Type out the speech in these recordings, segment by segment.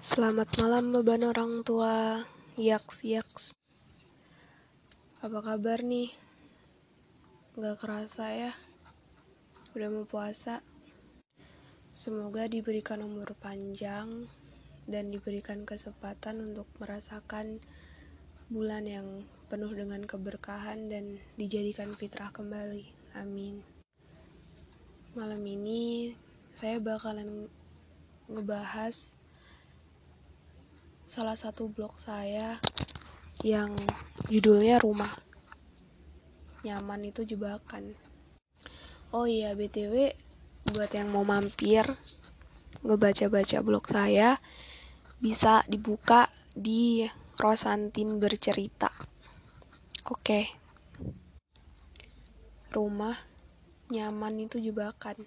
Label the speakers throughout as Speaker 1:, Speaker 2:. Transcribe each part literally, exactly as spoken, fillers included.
Speaker 1: Selamat malam beban orang tua. Yaks, yaks. Apa kabar nih? Gak kerasa ya, udah mau puasa. Semoga diberikan umur panjang dan diberikan kesempatan untuk merasakan bulan yang penuh dengan keberkahan dan dijadikan fitrah kembali. Amin. Malam ini saya bakalan ngebahas salah satu blog saya yang judulnya Rumah. Nyaman itu jebakan. Oh iya, B T W buat yang mau mampir ngebaca-baca blog saya, bisa dibuka di Rosantin Bercerita. Oke. Rumah, nyaman itu jebakan.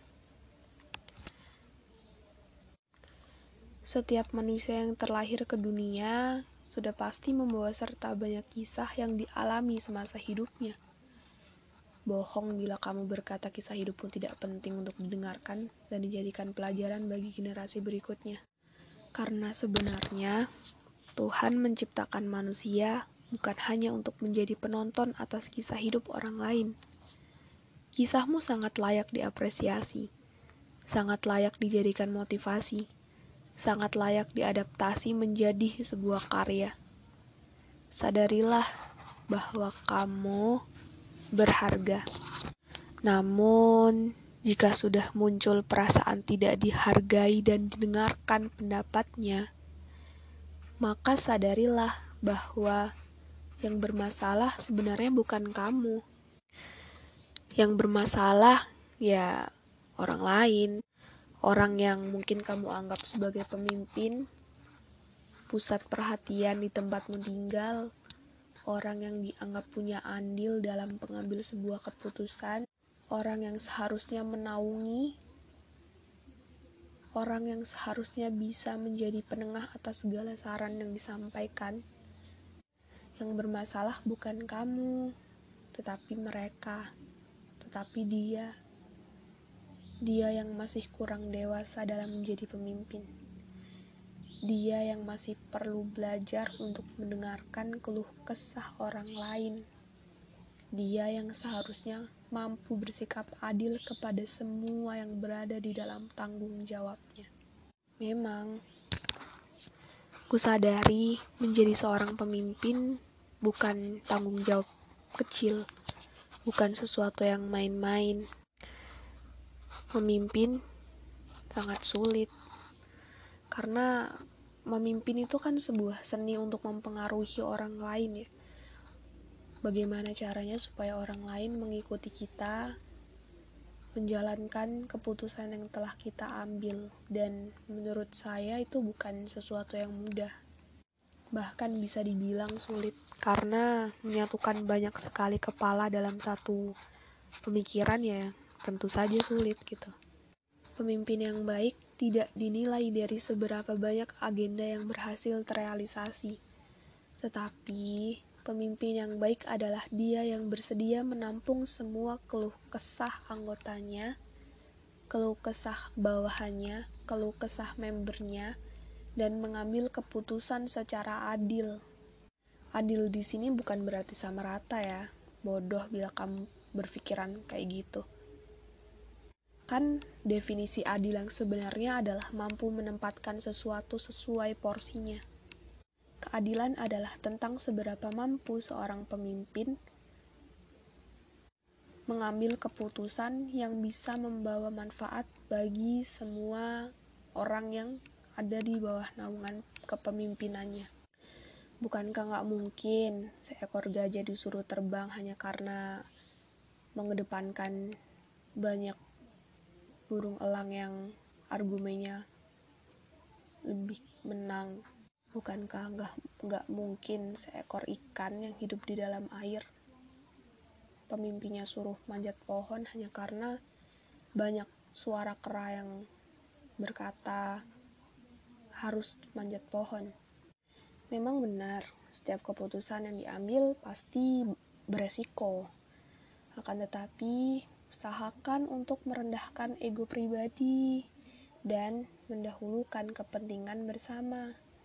Speaker 1: Setiap manusia yang terlahir ke dunia sudah pasti membawa serta banyak kisah yang dialami semasa hidupnya. Bohong bila kamu berkata kisah hidupmu tidak penting untuk didengarkan dan dijadikan pelajaran bagi generasi berikutnya. Karena sebenarnya Tuhan menciptakan manusia bukan hanya untuk menjadi penonton atas kisah hidup orang lain. Kisahmu sangat layak diapresiasi, sangat layak dijadikan motivasi, sangat layak diadaptasi menjadi sebuah karya. Sadarilah bahwa kamu berharga. Namun, jika sudah muncul perasaan tidak dihargai dan didengarkan pendapatnya, maka sadarilah bahwa yang bermasalah sebenarnya bukan kamu. Yang bermasalah ya orang lain, orang yang mungkin kamu anggap sebagai pemimpin, pusat perhatian di tempatmu tinggal, orang yang dianggap punya andil dalam pengambil sebuah keputusan, orang yang seharusnya menaungi, orang yang seharusnya bisa menjadi penengah atas segala saran yang disampaikan. Yang bermasalah bukan kamu, tetapi mereka, tetapi dia. Dia yang masih kurang dewasa dalam menjadi pemimpin. Dia yang masih perlu belajar untuk mendengarkan keluh kesah orang lain. Dia yang seharusnya mampu bersikap adil kepada semua yang berada di dalam tanggung jawabnya. Memang, kusadari menjadi seorang pemimpin bukan tanggung jawab kecil, bukan sesuatu yang main-main. Memimpin sangat sulit, karena memimpin itu kan sebuah seni untuk mempengaruhi orang lain ya. Bagaimana caranya supaya orang lain mengikuti kita, menjalankan keputusan yang telah kita ambil, dan menurut saya itu bukan sesuatu yang mudah. Bahkan bisa dibilang sulit, karena menyatukan banyak sekali kepala dalam satu pemikiran ya tentu saja sulit gitu. Pemimpin yang baik tidak dinilai dari seberapa banyak agenda yang berhasil terrealisasi, tetapi pemimpin yang baik adalah dia yang bersedia menampung semua keluh kesah anggotanya, keluh kesah bawahannya, keluh kesah membernya, dan mengambil keputusan secara adil. Adil di sini bukan berarti sama rata ya, bodoh bila kamu berpikiran kayak gitu. Kan definisi adil yang sebenarnya adalah mampu menempatkan sesuatu sesuai porsinya. Keadilan adalah tentang seberapa mampu seorang pemimpin mengambil keputusan yang bisa membawa manfaat bagi semua orang yang ada di bawah naungan kepemimpinannya. Bukankah gak mungkin seekor gajah disuruh terbang hanya karena mengedepankan banyak burung elang yang argumennya lebih menang? Bukankah gak, gak mungkin seekor ikan yang hidup di dalam air pemimpinnya suruh manjat pohon hanya karena banyak suara kera yang berkata harus manjat pohon? Memang benar, setiap keputusan yang diambil pasti beresiko. Akan tetapi, usahakan untuk merendahkan ego pribadi dan mendahulukan kepentingan bersama.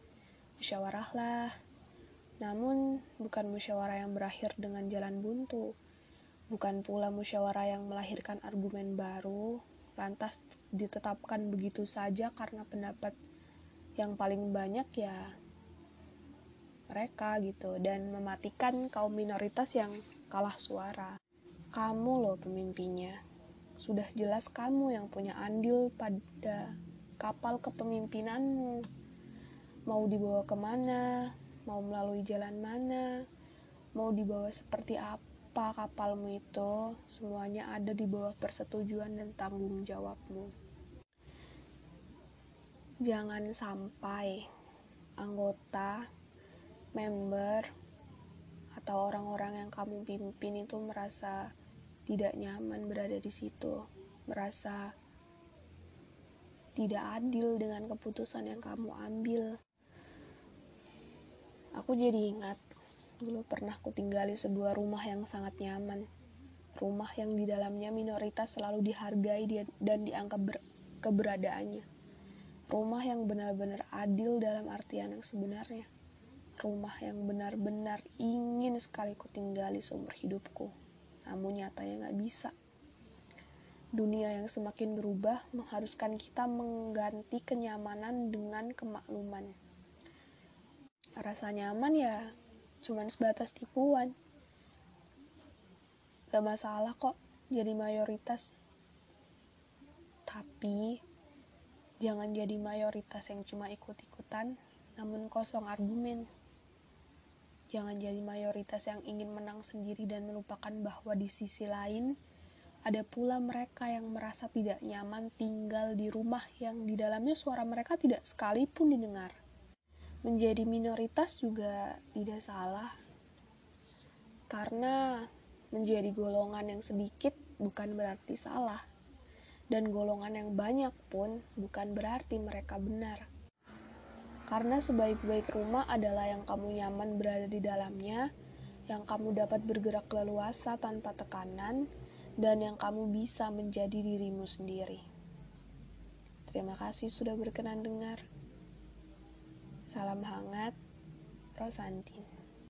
Speaker 1: musyawarahlah. Namun, bukan musyawarah yang berakhir dengan jalan buntu. Bukan pula musyawarah yang melahirkan argumen baru, lantas ditetapkan begitu saja karena pendapat yang paling banyak ya mereka gitu, dan mematikan kaum minoritas yang kalah suara. Kamu loh pemimpinnya. Sudah jelas kamu yang punya andil pada kapal kepemimpinanmu. Mau dibawa kemana, mau melalui jalan mana, mau dibawa seperti apa kapalmu itu, semuanya ada di bawah persetujuan dan tanggung jawabmu. Jangan sampai anggota, member, atau orang-orang yang kamu pimpin itu merasa tidak nyaman berada di situ, merasa tidak adil dengan keputusan yang kamu ambil. Aku jadi ingat, dulu pernah kutinggali sebuah rumah yang sangat nyaman. Rumah yang di dalamnya minoritas selalu dihargai dan dianggap ber- keberadaannya. Rumah yang benar-benar adil dalam artian yang sebenarnya. Rumah yang benar-benar ingin sekali kutinggali seumur hidupku. Namun nyatanya gak bisa. Dunia yang semakin berubah mengharuskan kita mengganti kenyamanan dengan kemakluman. Rasa nyaman ya cuman sebatas tipuan. Gak masalah kok jadi mayoritas. Tapi jangan jadi mayoritas yang cuma ikut-ikutan namun kosong argumen. Jangan jadi mayoritas yang ingin menang sendiri dan melupakan bahwa di sisi lain ada pula mereka yang merasa tidak nyaman tinggal di rumah yang di dalamnya suara mereka tidak sekalipun didengar. Menjadi minoritas juga tidak salah, karena menjadi golongan yang sedikit bukan berarti salah, dan golongan yang banyak pun bukan berarti mereka benar. Karena sebaik-baik rumah adalah yang kamu nyaman berada di dalamnya, yang kamu dapat bergerak leluasa tanpa tekanan, dan yang kamu bisa menjadi dirimu sendiri. Terima kasih sudah berkenan dengar. Salam hangat, Rosantin.